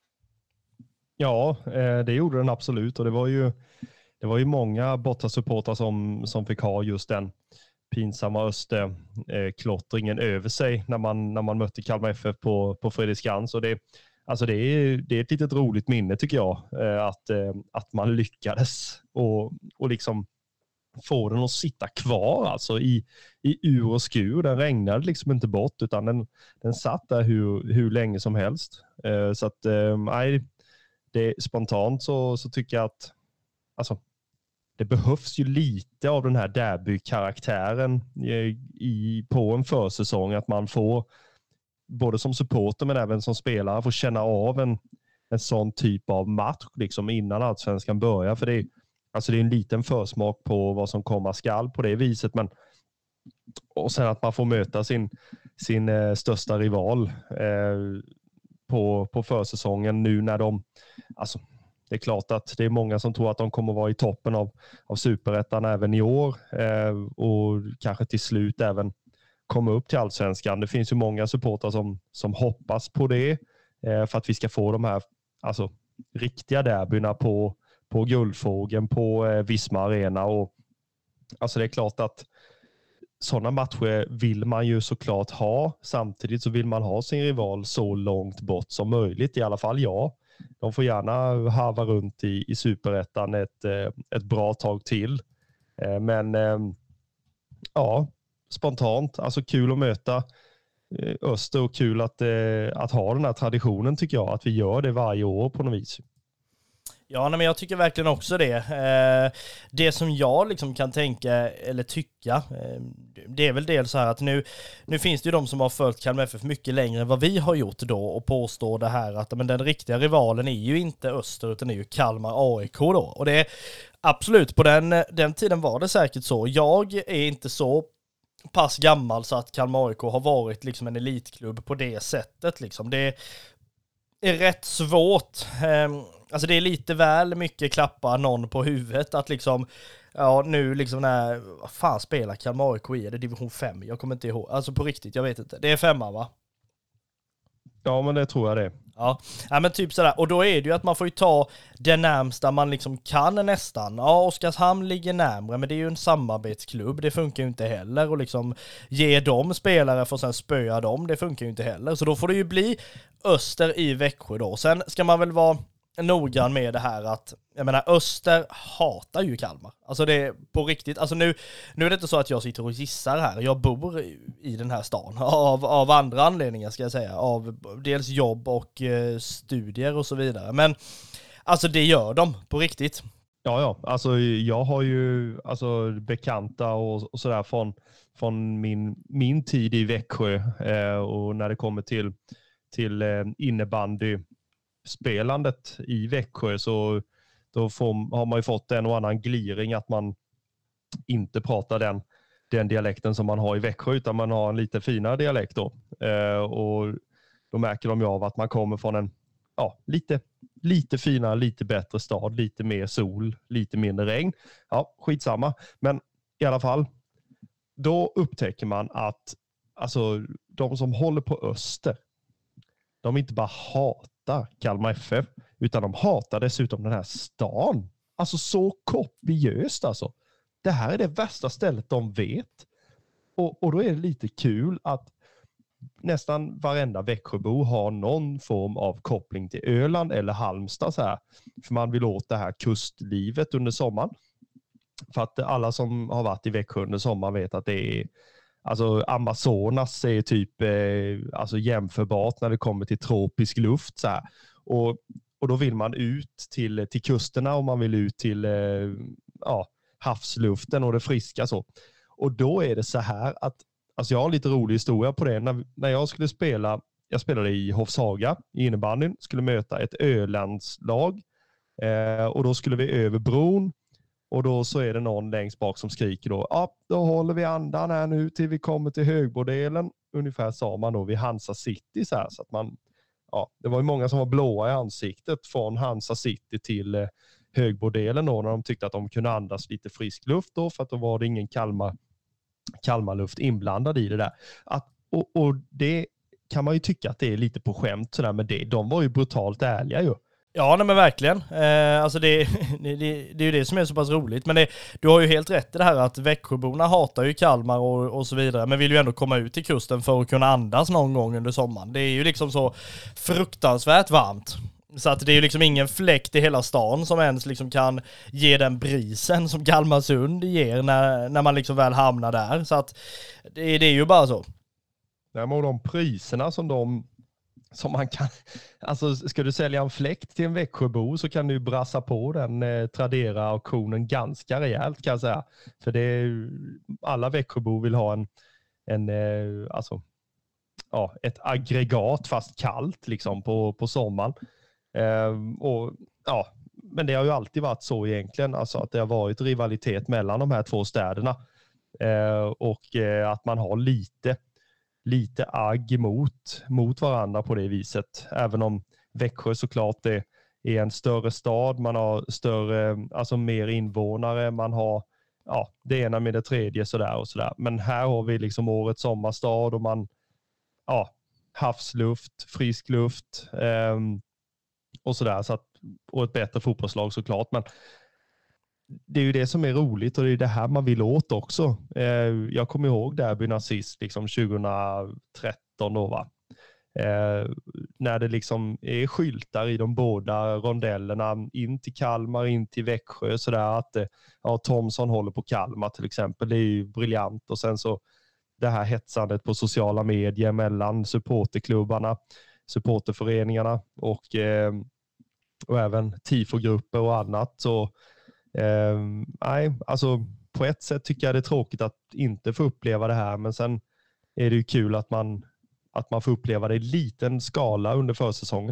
Ja, det gjorde den absolut, och det var ju, det var ju många Botta-supportrar som, som fick ha just den pinsamma Öster-klottringen över sig när man, när man mötte Kalmar F F på, på Fredriksskans. Och det, alltså det, är, det är ett litet roligt minne, tycker jag, att, att man lyckades och, och liksom få den att sitta kvar alltså i, i ur och skur. Den regnade liksom inte bort, utan den, den satt där hur, hur länge som helst. Så att, nej, det, spontant så, så tycker jag att alltså, det behövs ju lite av den här derby-karaktären i, på en försäsong, att man får, både som supporter men även som spelare, får känna av en, en sån typ av match liksom innan allsvenskan börjar. För det är, alltså det är en liten försmak på vad som komma skall på det viset. Men, och sen att man får möta sin, sin eh, största rival eh, på, på försäsongen nu när de... Alltså, det är klart att det är många som tror att de kommer vara i toppen av, av Superettan även i år eh, och kanske till slut även komma upp till allsvenskan. Det finns ju många supportrar som, som hoppas på det eh, för att vi ska få de här alltså, riktiga derbyna på, på Guldfågeln, på eh, Visma Arena. Och, alltså det är klart att sådana matcher vill man ju såklart ha. Samtidigt så vill man ha sin rival så långt bort som möjligt, i alla fall jag. De får gärna harva runt i, i Superettan ett, ett bra tag till. Men ja, spontant, alltså kul att möta Öster och kul att, att ha den här traditionen, tycker jag, att vi gör det varje år på något vis. Ja, nej, men jag tycker verkligen också det. Eh, det som jag liksom kan tänka eller tycka, eh, det är väl dels så här att nu, nu finns det ju de som har följt Kalmar F F mycket längre än vad vi har gjort då och påstår det här att men den riktiga rivalen är ju inte Öster utan det är ju Kalmar A I K då. Och det är absolut, på den, den tiden var det säkert så. Jag är inte så pass gammal så att Kalmar A I K har varit liksom en elitklubb på det sättet. Liksom. Det är rätt svårt. Eh, Alltså det är lite väl mycket klappa någon på huvudet att liksom, ja nu liksom när, vad fan spelar Kalmar A I K i? Är det division fem? Jag kommer inte ihåg. Alltså på riktigt, jag vet inte. Det är femman, va? Ja, men det tror jag det. Ja, ja men typ sådär. Och då är det ju att man får ju ta det närmsta man liksom kan nästan. Ja, Oskarshamn ligger närmare, men det är ju en samarbetsklubb. Det funkar ju inte heller. Och liksom ge dem spelare för att sen spöa dem, det funkar ju inte heller. Så då får det ju bli Öster i Växjö då. Sen ska man väl vara noggrann med det här att, jag menar, Öster hatar ju Kalmar. Alltså det är på riktigt. Alltså nu, nu är det inte så att jag sitter och gissar här. Jag bor i den här stan av, av andra anledningar, ska jag säga. Av dels jobb och eh, studier och så vidare. Men alltså det gör de på riktigt. Ja, ja. Alltså jag har ju alltså, bekanta och, och sådär från, från min, min tid i Växjö eh, och när det kommer till, till eh, innebandy spelandet i Växjö, så då får, har man ju fått en och annan gliring att man inte pratar den, den dialekten som man har i Växjö, utan man har en lite finare dialekt då. Eh, och då märker de ju av att man kommer från en ja, lite, lite finare, lite bättre stad, lite mer sol, lite mindre regn. Ja, skitsamma. Men i alla fall, då upptäcker man att alltså, de som håller på Öster, de inte bara hatar Kalmar F F, utan de hatar dessutom den här stan. Alltså så kopiöst alltså. Det här är det värsta stället de vet. Och, och då är det lite kul att nästan varenda Växjöbo har någon form av koppling till Öland eller Halmstad så här. För man vill åt det här kustlivet under sommaren. För att alla som har varit i Växjö under sommaren vet att det är alltså Amazonas är typ eh, alltså jämförbart när det kommer till tropisk luft så här. Och, och då vill man ut till, till kusterna och man vill ut till eh, ja, havsluften och det friska så. Och då är det så här att, alltså jag har en lite rolig historia på det. När, när jag skulle spela, jag spelade i Hovshaga i innebandyn, skulle möta ett Ölandslag. Eh, och då skulle vi över bron. Och då så är det någon längst bak som skriker då, ja, då håller vi andan här nu till vi kommer till högbordelen. Ungefär sa man då vid Hansa City så här, så att man, ja, det var ju många som var blåa i ansiktet från Hansa City till eh, högbordelen då, när de tyckte att de kunde andas lite frisk luft då, för att då var det ingen Kalmar, Kalmarluft inblandad i det där. Att, och, och det kan man ju tycka att det är lite på skämt sådär, men det, de var ju brutalt ärliga ju. Ja, nej men verkligen. Eh, alltså det, det, det, det är ju det som är så pass roligt. Men det, du har ju helt rätt i det här att Växjöborna hatar ju Kalmar och, och så vidare. Men vill ju ändå komma ut till kusten för att kunna andas någon gång under sommaren. Det är ju liksom så fruktansvärt varmt. Så att det är ju liksom ingen fläkt i hela stan som ens liksom kan ge den brisen som Kalmarsund ger när, när man liksom väl hamnar där. Så att det, det är ju bara så. Nej, men de priserna som de som man kan, alltså ska du sälja en fläkt till en Växjöbo så kan du brassa på den eh, Tradera-auktionen ganska rejält kan jag säga. För det är, alla Växjöbo vill ha en, en eh, alltså, ja, ett aggregat fast kallt liksom på, på sommaren. Eh, och, ja, men det har ju alltid varit så egentligen, alltså att det har varit rivalitet mellan de här två städerna. Eh, och eh, att man har lite lite agg mot, mot varandra på det viset. Även om Växjö såklart är, är en större stad. Man har större, alltså mer invånare. Man har ja, det ena med det tredje sådär och sådär. Men här har vi liksom årets sommarstad och man, ja, havsluft, frisk luft eh, och sådär. Så att, och ett bättre fotbollslag såklart. Men det är ju det som är roligt och det är det här man vill åt också. Eh, jag kommer ihåg derbyn sist, liksom tjugohundratretton då va. Eh, när det liksom är skyltar i de båda rondellerna in till Kalmar, in till Växjö sådär att eh, ja, Thomson håller på Kalmar till exempel. Det är ju briljant och sen så det här hetsandet på sociala medier mellan supporterklubbarna, supporterföreningarna och, eh, och även tifogrupper och annat så Eh, nej, alltså på ett sätt tycker jag det är tråkigt att inte få uppleva det här, men sen är det ju kul att man, att man får uppleva det i liten skala under försäsongen.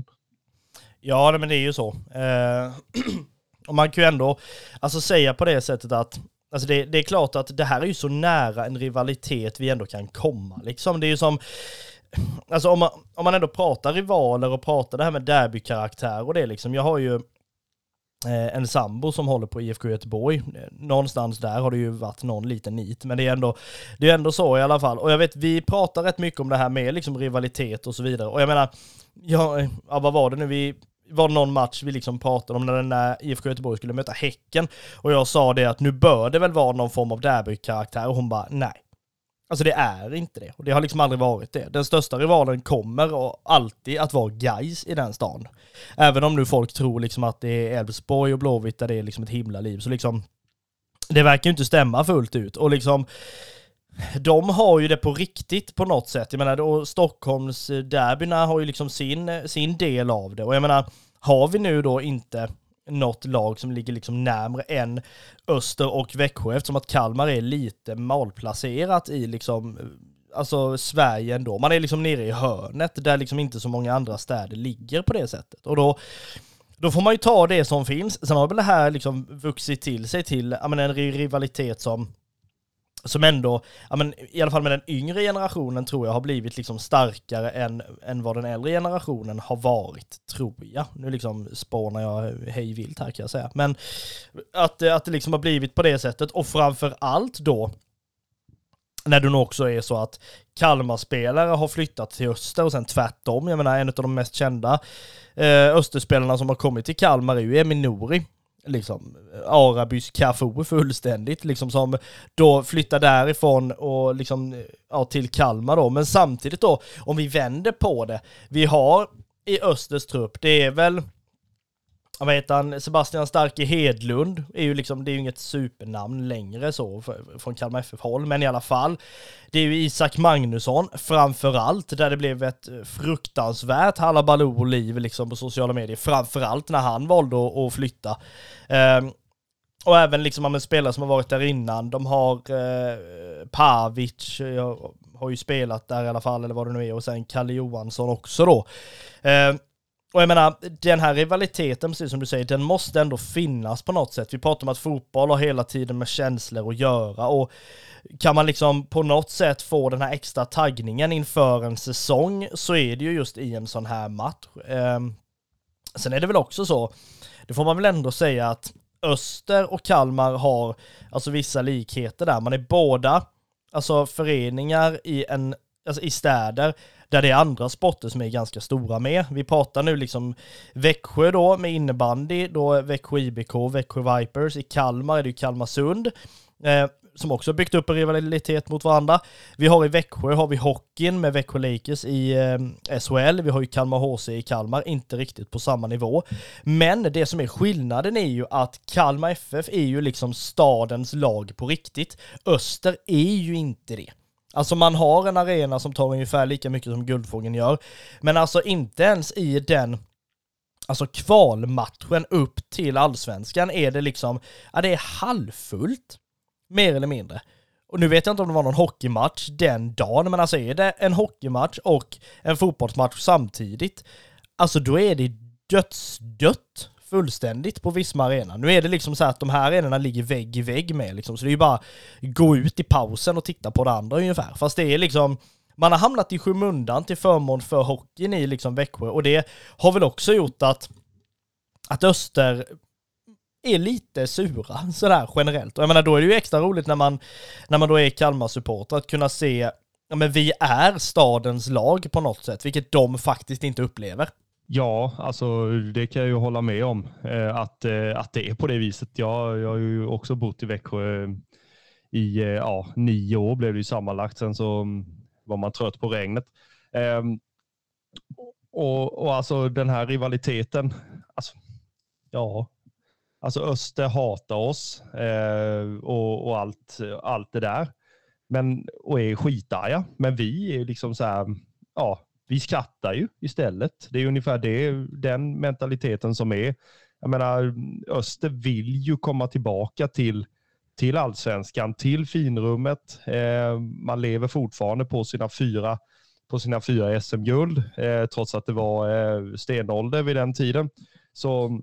Ja, men det är ju så. Eh, och man kan ju ändå alltså, säga på det sättet att alltså det, det är klart att det här är ju så nära en rivalitet vi ändå kan komma. Liksom. Det är ju som alltså om man, om man ändå pratar rivaler och pratar det här med derbykaraktär och det liksom, jag har ju en sambo som håller på I F K Göteborg. Någonstans där har det ju varit någon liten nit. Men det är ändå, det är ändå så i alla fall. Och jag vet, vi pratar rätt mycket om det här med liksom rivalitet och så vidare. Och jag menar, ja, ja vad var det nu? Vi var någon match vi liksom pratade om när den där I F K Göteborg skulle möta Häcken. Och jag sa det att nu bör det väl vara någon form av derbykaraktär. Och hon bara, nej. Alltså det är inte det. Och det har liksom aldrig varit det. Den största rivalen kommer och alltid att vara Gais i den stan. Även om nu folk tror liksom att det är Elfsborg och Blåvitt där det är liksom ett himla liv. Så liksom, det verkar ju inte stämma fullt ut. Och liksom, de har ju det på riktigt på något sätt. Jag menar, och Stockholms derbyna har ju liksom sin, sin del av det. Och jag menar, har vi nu då inte något lag som ligger liksom närmare än Öster och Växjö eftersom att Kalmar är lite malplacerat i liksom alltså Sverige ändå. Man är liksom nere i hörnet där liksom inte så många andra städer ligger på det sättet. Och då då får man ju ta det som finns. Sen har väl det här liksom vuxit till sig till ja, men en rivalitet som som ändå, ja, men i alla fall med den yngre generationen tror jag har blivit liksom starkare än, än vad den äldre generationen har varit, tror jag. Nu liksom spånar jag hej vilt här kan jag säga. Men att, att det liksom har blivit på det sättet och framför allt då när det nog också är så att Kalmar-spelare har flyttat till Öster och sen tvärtom. Jag menar en av de mest kända eh, Österspelarna som har kommit till Kalmar är ju Emin Nouri. Liksom Arabys Cafu fullständigt liksom som då flyttar därifrån och liksom ja, till Kalmar då, men samtidigt då om vi vänder på det, vi har i Östers trupp, det är väl jag vet han, Sebastian Starke Hedlund är ju liksom, det är ju inget supernamn längre så för, från Kalmar F F-håll, men i alla fall det är ju Isak Magnusson framförallt där det blev ett fruktansvärt halabaloo liv liksom på sociala medier, framförallt när han valde att, att flytta. Um, och även liksom med spelare som har varit där innan. De har eh, Pavic, jag har ju spelat där i alla fall, eller vad det nu är, och sen Kalle Johansson också då. Eh, och jag menar, den här rivaliteten, precis som du säger, den måste ändå finnas på något sätt. Vi pratar om att fotboll har hela tiden med känslor att göra, och kan man liksom på något sätt få den här extra taggningen inför en säsong, så är det ju just i en sån här match. Eh, sen är det väl också så, det får man väl ändå säga, att Öster och Kalmar har alltså vissa likheter där. Man är båda alltså föreningar i en alltså i städer där det är andra sporter som är ganska stora med. Vi pratar nu liksom Växjö då med innebandy, då Växjö I B K, Växjö Vipers. I Kalmar är det ju Kalmarsund eh, som också byggt upp en rivalitet mot varandra. Vi har i Växjö har vi hockeyn med Växjö Lakers i eh, S H L. Vi har ju Kalmar H C i Kalmar, inte riktigt på samma nivå. Men det som är skillnaden är ju att Kalmar F F är ju liksom stadens lag på riktigt. Öster är ju inte det. Alltså man har en arena som tar ungefär lika mycket som Guldfågeln gör. Men alltså inte ens i den alltså kvalmatchen upp till Allsvenskan är det liksom, ja, det är halvfullt. Mer eller mindre. Och nu vet jag inte om det var någon hockeymatch den dagen, men alltså är det en hockeymatch och en fotbollsmatch samtidigt, alltså då är det dödsdött fullständigt på Visma Arena. Nu är det liksom så att de här arenorna ligger vägg i vägg med liksom, så det är ju bara gå ut i pausen och titta på det andra ungefär. Fast det är liksom, man har hamnat i skymundan till förmån för hockeyn i liksom Växjö, och det har väl också gjort att att Öster är lite sura sådär generellt. Och jag menar, då är det ju extra roligt när man när man då är Kalmar-supporter att kunna se, ja men vi är stadens lag på något sätt, vilket de faktiskt inte upplever. Ja, alltså det kan jag ju hålla med om, eh, att, eh, att det är på det viset. Jag, jag har ju också bott i Växjö i eh, ja, nio år blev det ju sammanlagt, sen så var man trött på regnet. Eh, och, och alltså den här rivaliteten, alltså, ja, alltså Öster hatar oss eh, och, och allt, allt det där, men, och är skitarga, men vi är liksom så här, ja, vi skrattar ju istället. Det är ungefär det, den mentaliteten som är. Jag menar, Öster vill ju komma tillbaka till, till Allsvenskan, till finrummet. Eh, man lever fortfarande på sina fyra, på sina fyra S M-guld, eh, trots att det var eh, stenålder vid den tiden. Så,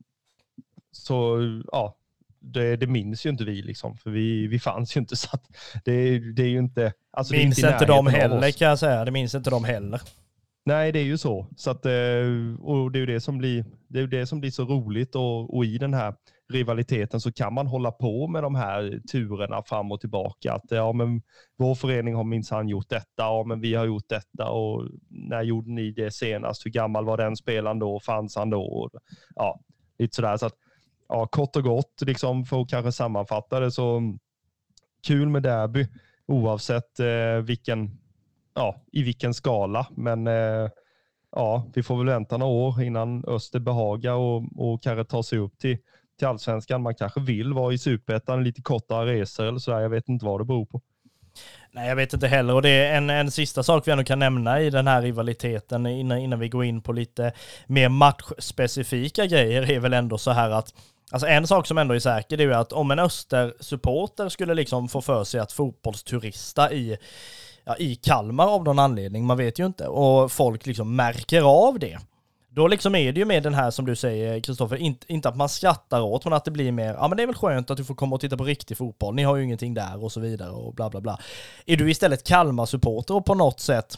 så ja, det, det minns ju inte vi liksom, för vi, vi fanns ju inte, så att det, det är ju inte... Alltså minns det är inte, inte de heller kan jag säga, det minns inte de heller. Nej, det är ju så. Så att, och det är ju det som blir, det är det som blir så roligt, och, och i den här rivaliteten så kan man hålla på med de här turerna fram och tillbaka. Att ja, men vår förening har minsann gjort detta, ja, men vi har gjort detta, och när gjorde ni det senast? Hur gammal var den spelaren då? Fanns han då? Och, ja, lite sådär. Så att, ja, kort och gott, liksom, för att kanske sammanfatta det, så kul med derby oavsett eh, vilken ja, i vilken skala, men eh, ja, vi får väl vänta några år innan Öster behagar och, och kanske ta sig upp till, till Allsvenskan. Man kanske vill vara i Superettan, lite kortare resor eller sådär, jag vet inte vad det beror på. Nej, jag vet inte heller, och det är en, en sista sak vi ändå kan nämna i den här rivaliteten innan, innan vi går in på lite mer matchspecifika grejer, är väl ändå så här att alltså en sak som ändå är säker, det är ju att om en Öster-supporter skulle liksom få för sig att fotbollsturista i Ja, i Kalmar av någon anledning, man vet ju inte, och folk liksom märker av det, då liksom är det ju med den här som du säger, Kristoffer, inte, inte att man skrattar åt, men att det blir mer, ja men det är väl skönt att du får komma och titta på riktig fotboll, ni har ju ingenting där och så vidare och bla bla bla. Är du istället Kalmar-supporter och på något sätt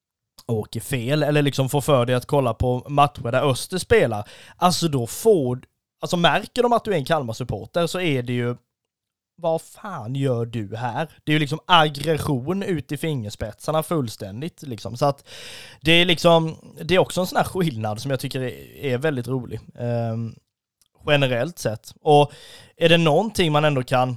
åker fel eller liksom får för dig att kolla på matcher där Öster spelar, alltså då får, alltså märker de att du är en Kalmar-supporter, så är det ju, vad fan gör du här? Det är ju liksom aggression ut i fingerspetsarna fullständigt liksom. Så att det är liksom, det är också en sån här skillnad som jag tycker är, är väldigt rolig eh, generellt sett. Och är det någonting man ändå kan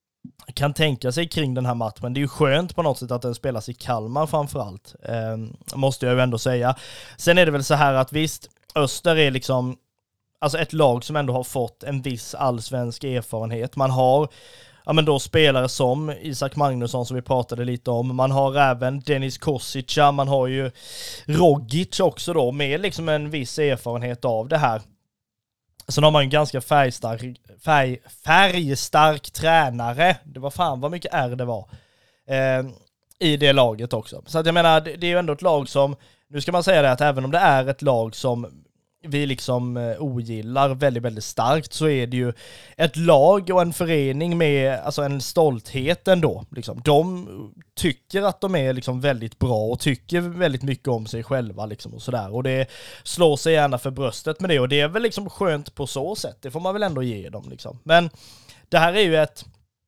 kan tänka sig kring den här matchen, det är ju skönt på något sätt att den spelas i Kalmar framförallt, eh, måste jag ju ändå säga. Sen är det väl så här att visst, Öster är liksom alltså ett lag som ändå har fått en viss allsvensk erfarenhet. Man har ja, men då spelare som Isak Magnusson som vi pratade lite om. Man har även Dennis Kosica, man har ju Rogic också då med liksom en viss erfarenhet av det här. Sen har man en ganska färgstark, färg, färgstark tränare. Det var fan vad mycket R det var. Eh, I det laget också. Så att jag menar, det, det är ju ändå ett lag som, nu ska man säga det att även om det är ett lag som vi liksom eh, ogillar väldigt, väldigt starkt, så är det ju ett lag och en förening med alltså en stolthet ändå. Liksom. De tycker att de är liksom väldigt bra och tycker väldigt mycket om sig själva liksom, och sådär. Och det slår sig gärna för bröstet med det, och det är väl liksom skönt på så sätt. Det får man väl ändå ge dem liksom. Men det här är ju ett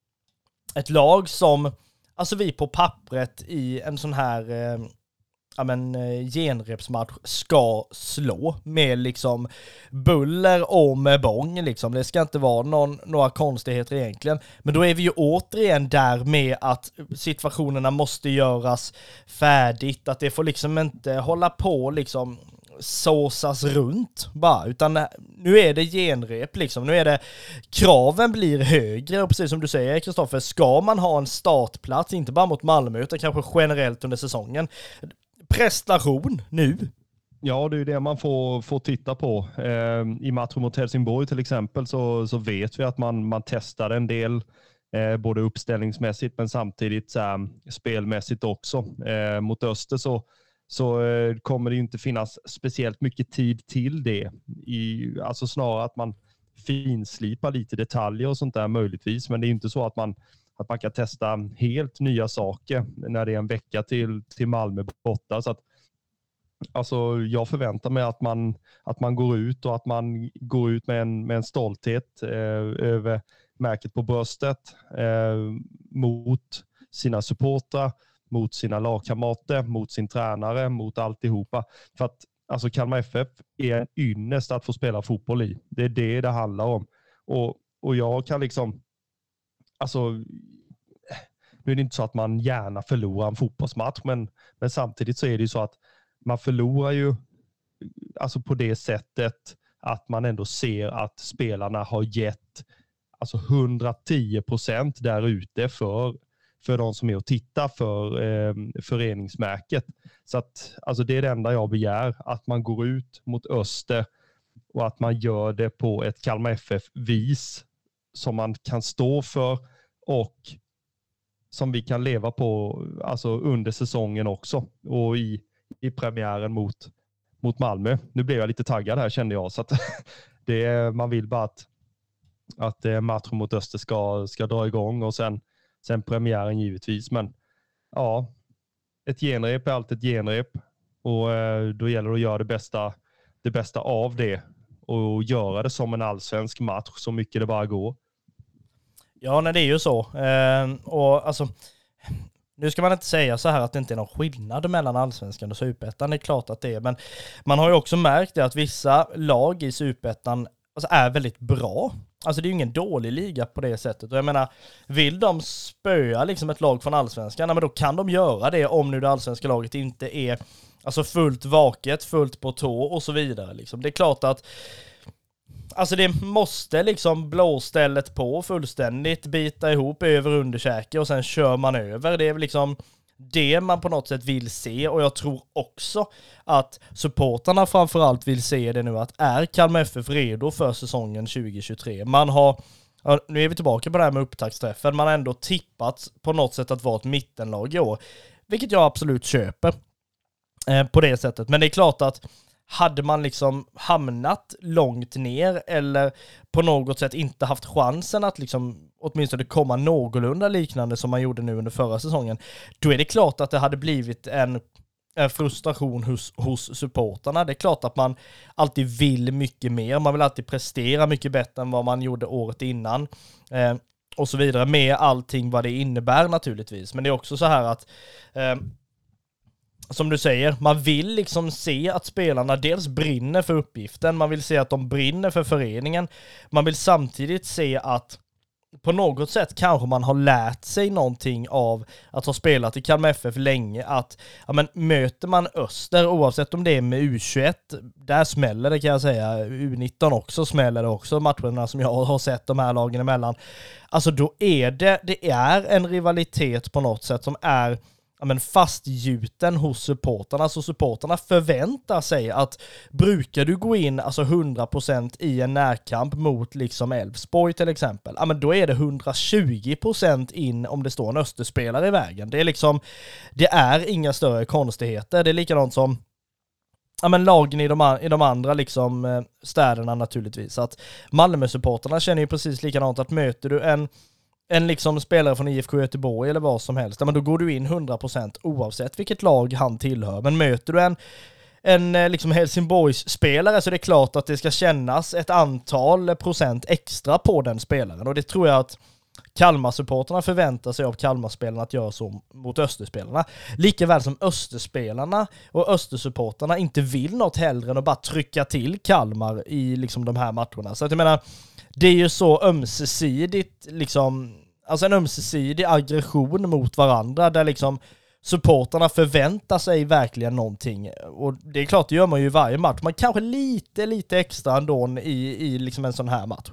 ett lag som, alltså vi på pappret i en sån här eh, ja men genrepsmatch ska slå med liksom buller och med bång liksom. Det ska inte vara någon, några konstigheter egentligen. Men då är vi ju återigen där med att situationerna måste göras färdigt. Att det får liksom inte hålla på liksom såsas runt bara, utan nu är det genrep liksom. Nu är det, kraven blir högre, och precis som du säger Kristoffer, ska man ha en startplats, inte bara mot Malmö utan kanske generellt under säsongen, prestation nu. Ja, det är ju det man får, får titta på. Eh, I matchen mot Helsingborg till exempel så, så vet vi att man, man testar en del, eh, både uppställningsmässigt men samtidigt så här, spelmässigt också. Eh, mot Öster så, så eh, kommer det ju inte finnas speciellt mycket tid till det. I, alltså snarare att man finslipar lite detaljer och sånt där möjligtvis, men det är ju inte så att man att man kan testa helt nya saker när det är en vecka till, till Malmö borta. Så att, alltså, jag förväntar mig att man, att man går ut och att man går ut med en, med en stolthet eh, över märket på bröstet eh, mot sina supportrar, mot sina lagkamrater, mot sin tränare, mot alltihopa. För att alltså, Kalmar F F är en ynnest att få spela fotboll i. Det är det det handlar om. Och, och jag kan liksom Alltså, nu är det inte så att man gärna förlorar en fotbollsmatch, men, men samtidigt så är det ju så att man förlorar ju alltså på det sättet att man ändå ser att spelarna har gett alltså hundratio procent där ute för, för de som är och tittar för eh, föreningsmärket. Så att alltså det är det enda jag begär, att man går ut mot Öster och att man gör det på ett Kalmar F F-vis som man kan stå för och som vi kan leva på alltså under säsongen också och i, i premiären mot, mot Malmö. Nu blev jag lite taggad här kände jag, så att det är, man vill bara att, att matchen mot Öster ska, ska dra igång och sen, sen premiären givetvis. Men ja, ett genrep är alltid ett genrep och då gäller det att göra det bästa, det bästa av det och göra det som en allsvensk match så mycket det bara går. Ja, nej, det är ju så. Eh, och alltså, nu ska man inte säga så här att det inte är någon skillnad mellan allsvenskan och superettan. Det är klart att det är, men man har ju också märkt det att vissa lag i superettan alltså, är väldigt bra. Alltså det är ju ingen dålig liga på det sättet. Och jag menar, vill de spöa liksom ett lag från allsvenskan, men då kan de göra det om nu det allsvenska laget inte är alltså fullt vaket, fullt på tå och så vidare. Liksom. Det är klart att alltså det måste liksom blåstället på fullständigt, bita ihop över underkäke och sen kör man över. Det är väl liksom det man på något sätt vill se, och jag tror också att supportarna framförallt vill se det nu, att är Kalmar F F redo för säsongen tjugo tjugotre? Man har, nu är vi tillbaka på det här med upptaktsträffen, man har ändå tippat på något sätt att vara ett mittenlag i år, vilket jag absolut köper eh, på det sättet. Men det är klart att hade man liksom hamnat långt ner eller på något sätt inte haft chansen att liksom åtminstone komma någorlunda liknande som man gjorde nu under förra säsongen, då är det klart att det hade blivit en, en frustration hos, hos supportarna. Det är klart att man alltid vill mycket mer. Man vill alltid prestera mycket bättre än vad man gjorde året innan. Eh, och så vidare, med allting vad det innebär naturligtvis. Men det är också så här att eh, som du säger, man vill liksom se att spelarna dels brinner för uppgiften, man vill se att de brinner för föreningen, man vill samtidigt se att på något sätt kanske man har lärt sig någonting av att ha spelat i Kalmar F F länge, att ja, men möter man Öster, oavsett om det är med U tjugoett, där smäller det kan jag säga, U nitton också smäller det också, matcherna som jag har sett de här lagen emellan, alltså då är det, det är en rivalitet på något sätt som är ja, men fastgjuten hos supporterna. Så supporterna förväntar sig att brukar du gå in alltså hundra procent i en närkamp mot liksom Elfsborg till exempel, ja, men då är det hundratjugo procent in om det står en Österspelare i vägen. Det är liksom, det är inga större konstigheter. Det är likadant som ja, men lagen i de, i de andra liksom, städerna naturligtvis. Så att Malmö-supporterna känner ju precis likadant att möter du en en liksom spelare från I F K Göteborg eller vad som helst, men då går du in hundra procent oavsett vilket lag han tillhör. Men möter du en, en liksom Helsingborgs spelare så är det klart att det ska kännas ett antal procent extra på den spelaren. Och det tror jag att Kalmar-supporterna förväntar sig av Kalmar-spelarna att göra så mot Österspelarna. Likaväl som Österspelarna och Östersupporterna inte vill något hellre än att bara trycka till Kalmar i liksom de här matcherna. Så att jag menar, det är ju så ömsesidigt liksom, alltså en ömsesidig aggression mot varandra där liksom supporterna förväntar sig verkligen någonting. Och det är klart, det gör man ju i varje match. Man kanske lite, lite extra ändå i, i liksom en sån här match.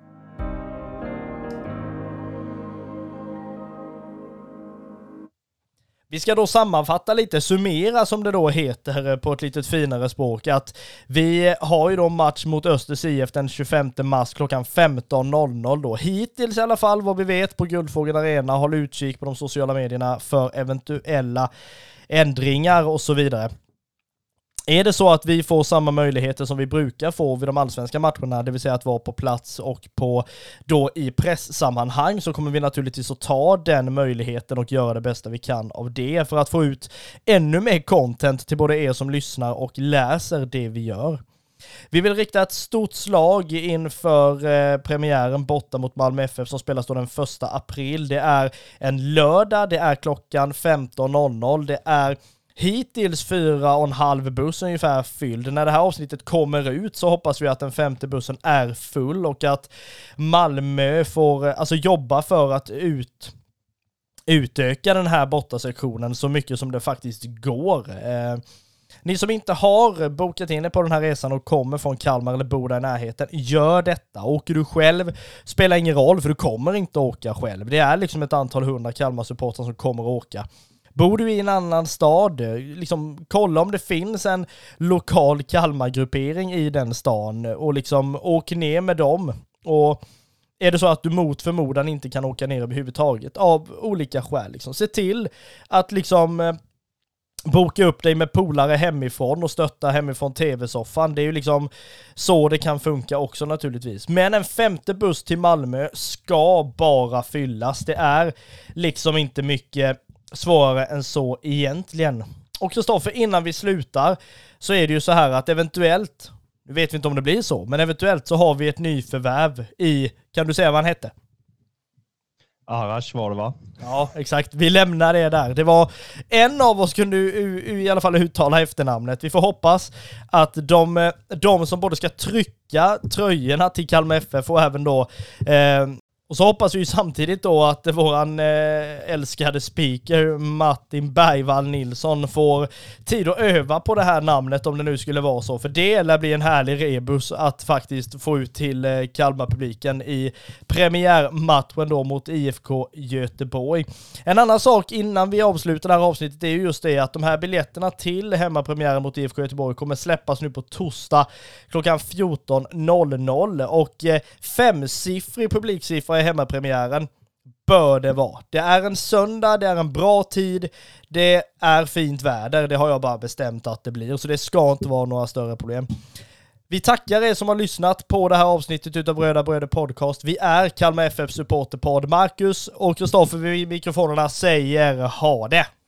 Vi ska då sammanfatta lite, summera som det då heter på ett lite finare språk, att vi har ju då match mot Östers I F den tjugofemte mars klockan femton noll noll då. Hittills i alla fall vad vi vet på Guldfågeln Arena. Håll utkik på de sociala medierna för eventuella ändringar och så vidare. Är det så att vi får samma möjligheter som vi brukar få vid de allsvenska matcherna, det vill säga att vara på plats och på då i presssammanhang, så kommer vi naturligtvis att ta den möjligheten och göra det bästa vi kan av det för att få ut ännu mer content till både er som lyssnar och läser det vi gör. Vi vill rikta ett stort slag inför eh, premiären borta mot Malmö F F som spelas då den första april. Det är en lördag, det är klockan femton noll noll, det är hittills fyra och en halv buss ungefär fylld. När det här avsnittet kommer ut så hoppas vi att den femte bussen är full och att Malmö får alltså jobba för att ut, utöka den här bortasektionen så mycket som det faktiskt går. Eh, ni som inte har bokat in er på den här resan och kommer från Kalmar eller bor där i närheten, gör detta. Åker du själv, spelar ingen roll för du kommer inte åka själv. Det är liksom ett antal hundra Kalmar-supportrar som kommer åka. Bor du i en annan stad, liksom kolla om det finns en lokal Kalmar-gruppering i den stan och liksom åk ner med dem. Och är det så att du mot förmodan inte kan åka ner överhuvudtaget av olika skäl, liksom, se till att liksom boka upp dig med polare hemifrån och stötta hemifrån tv-soffan. Det är ju liksom så det kan funka också naturligtvis. Men en femte buss till Malmö ska bara fyllas. Det är liksom inte mycket svårare än så egentligen. Och Kristoffer, innan vi slutar så är det ju så här att eventuellt, nu vet vi inte om det blir så, men eventuellt så har vi ett nyförvärv i, kan du säga vad han hette? Arash var det, va? Ja, exakt. Vi lämnar det där. Det var en av oss kunde i alla fall uttala efternamnet. Vi får hoppas att de, de som både ska trycka tröjorna till Kalmar F F och även då eh, och så hoppas vi ju samtidigt då att våran eh, älskade speaker Martin Bergvall Nilsson får tid att öva på det här namnet om det nu skulle vara så. För det lär bli en härlig rebus att faktiskt få ut till eh, Kalmar-publiken i premiärmatchen då mot I F K Göteborg. En annan sak innan vi avslutar det här avsnittet är ju just det att de här biljetterna till hemmapremiären mot I F K Göteborg kommer släppas nu på torsdag klockan fjorton noll noll och eh, femsiffrig publiksiffra i hemmapremiären bör det vara. Det är en söndag, det är en bra tid, det är fint väder, det har jag bara bestämt att det blir, så det ska inte vara några större problem. Vi tackar er som har lyssnat på det här avsnittet utav Bröda Bröder Podcast. Vi är Kalmar F F supporterpodd. Marcus och Kristoffer vid mikrofonerna säger ha det!